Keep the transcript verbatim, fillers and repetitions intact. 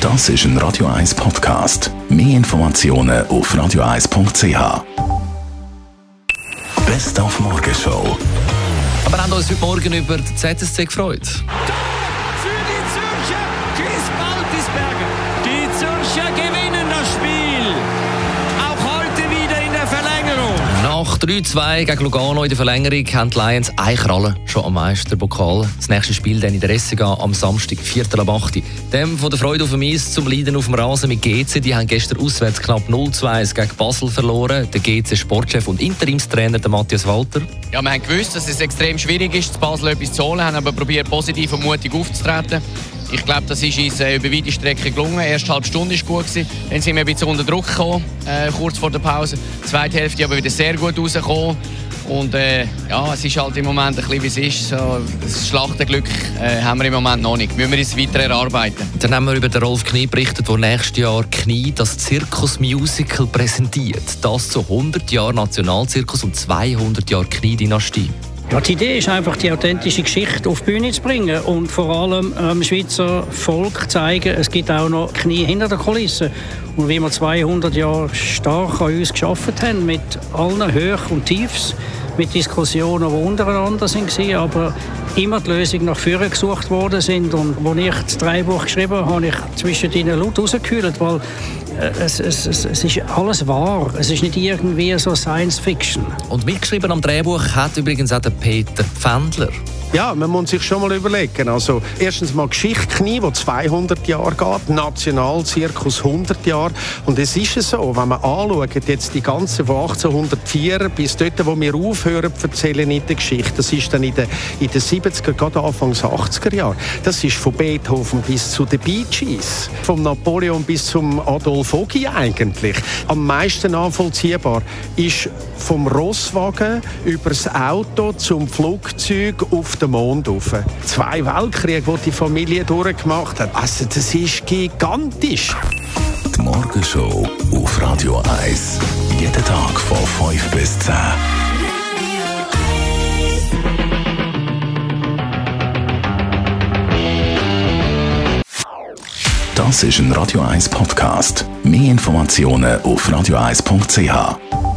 Das ist ein Radio eins Podcast. Mehr Informationen auf radio eins punkt c h. Best auf Morgenshow. Aber wir haben uns heute Morgen über die Z S C gefreut. Für die Zürcher, Chris Baltisberger. Die Zürcher gewinnen das Spiel. Auch heute wieder in der Verlängerung. Nach drei zwei gegen Lugano in der Verlängerung haben die Lions eine Kralle schon am Meisterpokal. Das nächste Spiel dann in der Ressiga am Samstag, viertel ab acht. Dem von der Freude auf dem Eis zum Leiden auf dem Rasen mit G C. Die haben gestern auswärts knapp null zu eins gegen Basel verloren. Der G C-Sportchef und Interimstrainer der Matthias Walter. Ja, wir haben gewusst, dass es extrem schwierig ist, zu Basel etwas zu holen, haben aber probiert, positiv und mutig aufzutreten. Ich glaube, das ist uns äh, über weite Strecke gelungen. Die erste halbe Stunde war gut gewesen. Dann sind wir ein bisschen unter Druck gekommen, äh, kurz vor der Pause. Die zweite Hälfte aber wieder sehr gut rausgekommen. Und äh, ja, es ist halt im Moment ein bisschen, wie es ist. So, das Schlachtenglück äh, haben wir im Moment noch nicht. Müssen wir uns weiter erarbeiten. Dann haben wir über den Rolf Knie berichtet, der nächstes Jahr Knie das Zirkus-Musical präsentiert. Das zu hundert Jahren Nationalzirkus und zweihundert Jahren Knie-Dynastie. Ja, die Idee ist einfach, die authentische Geschichte auf die Bühne zu bringen und vor allem dem Schweizer Volk zeigen, es gibt auch noch Knie hinter der Kulisse. Und wie wir zweihundert Jahre stark an uns gearbeitet haben, mit allen Höch und Tiefs, mit Diskussionen, die untereinander waren, aber immer die Lösung nach vorne gesucht worden sind. Und als ich das Drehbuch geschrieben habe, habe ich zwischen ihnen laut rausgekühlt, weil es, es, es, es ist alles wahr. Es ist nicht irgendwie so Science-Fiction. Und mitgeschrieben am Drehbuch hat übrigens auch der Peter Pfändler. Ja, man muss sich schon mal überlegen. Also, erstens mal Geschichte Knie, die zweihundert Jahre geht, Nationalzirkus hundert Jahre. Und es ist so, wenn man anschaut, jetzt die ganze von achtzehnhundertvier bis dort, wo wir aufhören zu erzählen in der Geschichte, das ist dann in den, in den siebziger, gerade Anfangs achtziger Jahren. Das ist von Beethoven bis zu den Bee Gees, vom Napoleon bis zum Adolf Ogi eigentlich. Am meisten nachvollziehbar ist vom Rosswagen über das Auto zum Flugzeug auf den Mond rauf. Zwei Weltkriege, die die Familie durchgemacht hat. Also das ist gigantisch. Die Morgenshow auf Radio eins. Jeden Tag von fünf bis zehn. Das ist ein Radio eins Podcast. Mehr Informationen auf radio eins punkt c h.